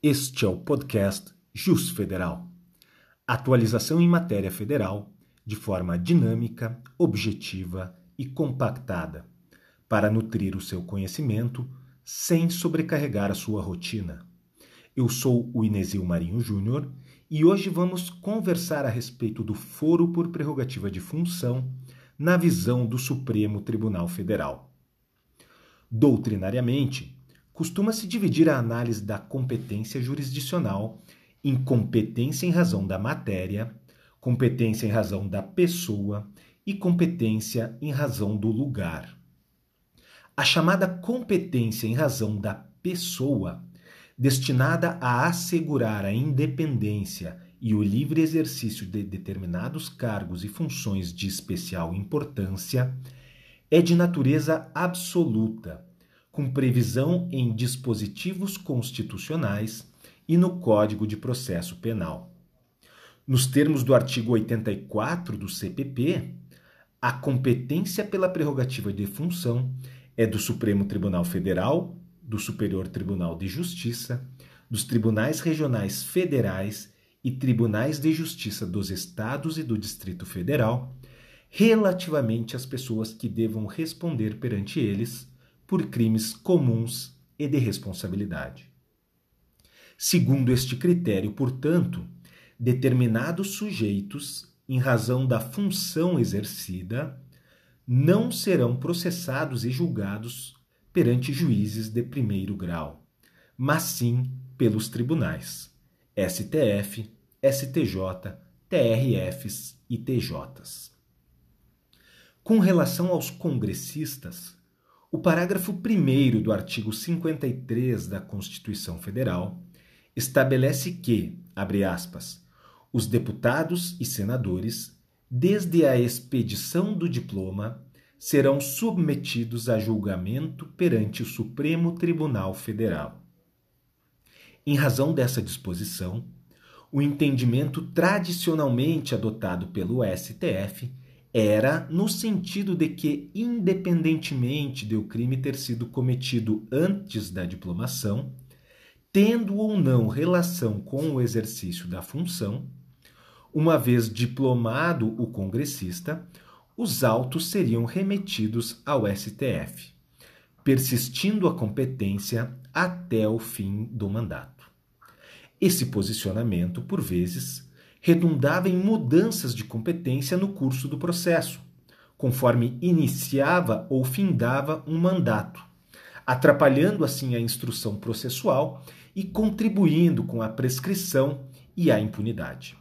Este é o podcast Jus Federal. Atualização em matéria federal de forma dinâmica, objetiva e compactada, para nutrir o seu conhecimento sem sobrecarregar a sua rotina. Eu sou o Inesio Marinho Júnior e hoje vamos conversar a respeito do foro por prerrogativa de função na visão do Supremo Tribunal Federal. Doutrinariamente, costuma-se dividir a análise da competência jurisdicional em competência em razão da matéria, competência em razão da pessoa e competência em razão do lugar. A chamada competência em razão da pessoa, destinada a assegurar a independência e o livre exercício de determinados cargos e funções de especial importância, é de natureza absoluta, com previsão em dispositivos constitucionais e no Código de Processo Penal. Nos termos do artigo 84 do CPP, a competência pela prerrogativa de função é do Supremo Tribunal Federal, do Superior Tribunal de Justiça, dos Tribunais Regionais Federais e Tribunais de Justiça dos Estados e do Distrito Federal, relativamente às pessoas que devam responder perante eles por crimes comuns e de responsabilidade. Segundo este critério, portanto, determinados sujeitos, em razão da função exercida, não serão processados e julgados perante juízes de primeiro grau, mas sim pelos tribunais, STF, STJ, TRFs e TJs. Com relação aos congressistas, o parágrafo 1º do artigo 53 da Constituição Federal estabelece que, abre aspas, os deputados e senadores, desde a expedição do diploma, serão submetidos a julgamento perante o Supremo Tribunal Federal. Em razão dessa disposição, o entendimento tradicionalmente adotado pelo STF era no sentido de que, independentemente de o crime ter sido cometido antes da diplomação, tendo ou não relação com o exercício da função, uma vez diplomado o congressista, os autos seriam remetidos ao STF, persistindo a competência até o fim do mandato. Esse posicionamento, por vezes, redundava em mudanças de competência no curso do processo, conforme iniciava ou findava um mandato, atrapalhando assim a instrução processual e contribuindo com a prescrição e a impunidade.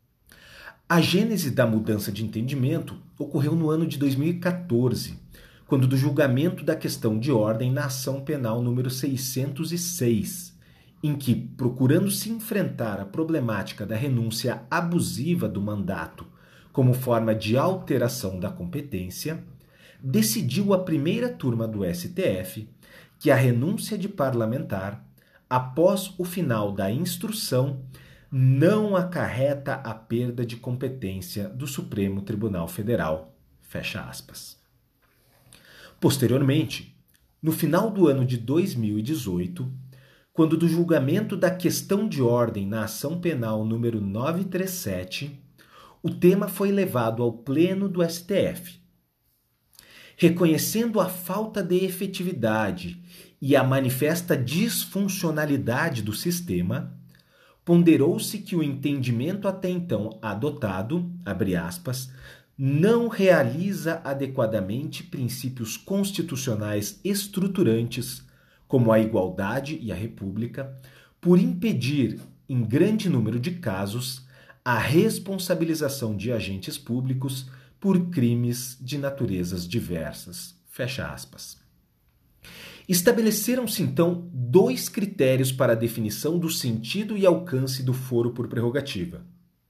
A gênese da mudança de entendimento ocorreu no ano de 2014, quando do julgamento da questão de ordem na ação penal número 606, em que, procurando se enfrentar a problemática da renúncia abusiva do mandato como forma de alteração da competência, decidiu a primeira turma do STF que a renúncia de parlamentar, após o final da instrução, não acarreta a perda de competência do Supremo Tribunal Federal. Fecha aspas. Posteriormente, no final do ano de 2018, quando do julgamento da questão de ordem na ação penal número 937, o tema foi levado ao Pleno do STF. Reconhecendo a falta de efetividade e a manifesta disfuncionalidade do sistema, ponderou-se que o entendimento até então adotado, abre aspas, não realiza adequadamente princípios constitucionais estruturantes como a igualdade e a república, por impedir, em grande número de casos, a responsabilização de agentes públicos por crimes de naturezas diversas. Fecha aspas. Estabeleceram-se, então, dois critérios para a definição do sentido e alcance do foro por prerrogativa.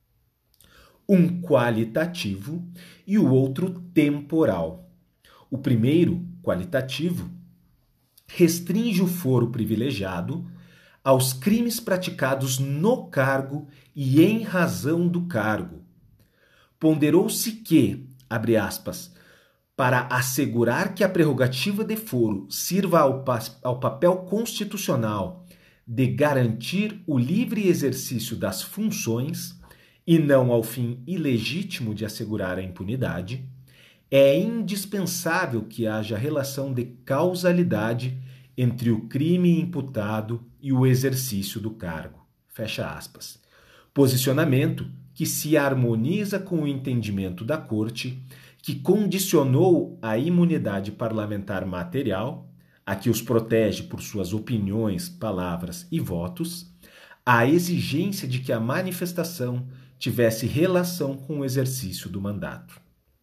Um qualitativo e o outro temporal. O primeiro, qualitativo, restringe o foro privilegiado aos crimes praticados no cargo e em razão do cargo. Ponderou-se que, abre aspas, para assegurar que a prerrogativa de foro sirva ao papel constitucional de garantir o livre exercício das funções e não ao fim ilegítimo de assegurar a impunidade, é indispensável que haja relação de causalidade entre o crime imputado e o exercício do cargo. Fecha aspas. Posicionamento que se harmoniza com o entendimento da Corte, que condicionou a imunidade parlamentar material, a que os protege por suas opiniões, palavras e votos, à exigência de que a manifestação tivesse relação com o exercício do mandato.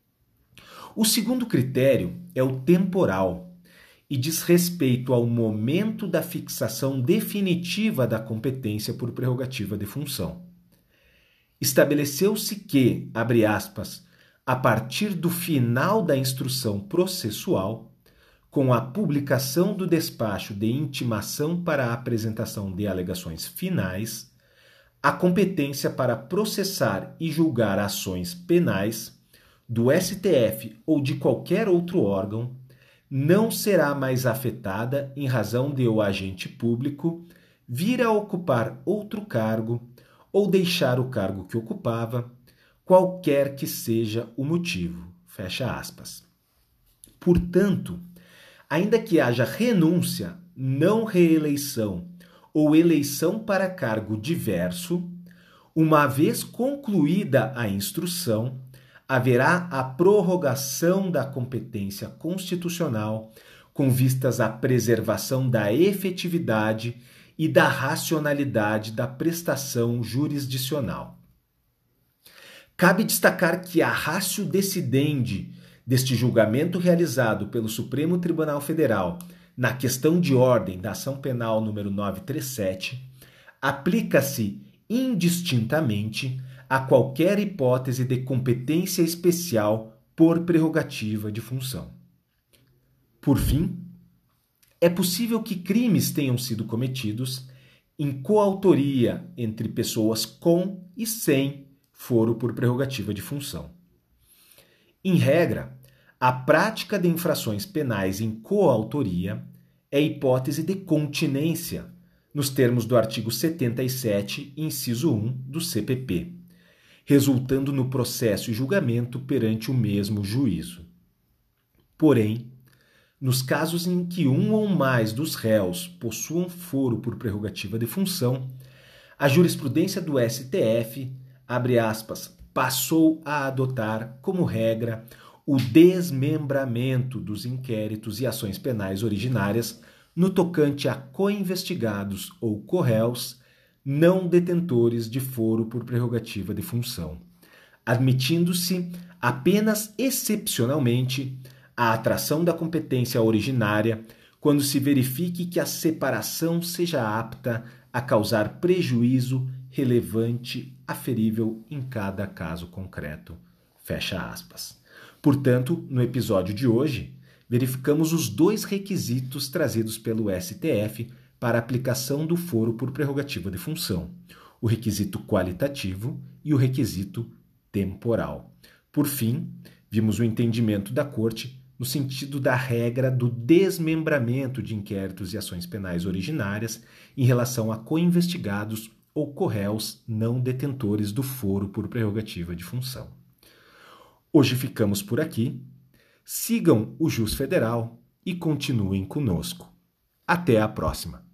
O segundo critério é o temporal e diz respeito ao momento da fixação definitiva da competência por prerrogativa de função. Estabeleceu-se que, abre aspas, a partir do final da instrução processual, com a publicação do despacho de intimação para a apresentação de alegações finais, a competência para processar e julgar ações penais do STF ou de qualquer outro órgão não será mais afetada em razão de o agente público vir a ocupar outro cargo ou deixar o cargo que ocupava, qualquer que seja o motivo. Fecha aspas. Portanto, ainda que haja renúncia, não reeleição ou eleição para cargo diverso, uma vez concluída a instrução, haverá a prorrogação da competência constitucional com vistas à preservação da efetividade e da racionalidade da prestação jurisdicional. Cabe destacar que a ratio decidendi deste julgamento realizado pelo Supremo Tribunal Federal na questão de ordem da ação penal número 937 aplica-se indistintamente a qualquer hipótese de competência especial por prerrogativa de função. Por fim, é possível que crimes tenham sido cometidos em coautoria entre pessoas com e sem foro por prerrogativa de função. Em regra, a prática de infrações penais em coautoria é hipótese de continência, nos termos do artigo 77, inciso 1 do CPP, resultando no processo e julgamento perante o mesmo juízo. Porém, nos casos em que um ou mais dos réus possuam foro por prerrogativa de função, a jurisprudência do STF, abre aspas, passou a adotar como regra o desmembramento dos inquéritos e ações penais originárias no tocante a coinvestigados ou corréus não detentores de foro por prerrogativa de função, admitindo-se apenas excepcionalmente a atração da competência originária quando se verifique que a separação seja apta a causar prejuízo relevante aferível em cada caso concreto. Fecha aspas. Portanto, no episódio de hoje, verificamos os dois requisitos trazidos pelo STF para a aplicação do foro por prerrogativa de função, o requisito qualitativo e o requisito temporal. Por fim, vimos o entendimento da Corte no sentido da regra do desmembramento de inquéritos e ações penais originárias em relação a coinvestigados ou corréus não detentores do foro por prerrogativa de função. Hoje ficamos por aqui. Sigam o Jus Federal e continuem conosco. Até a próxima!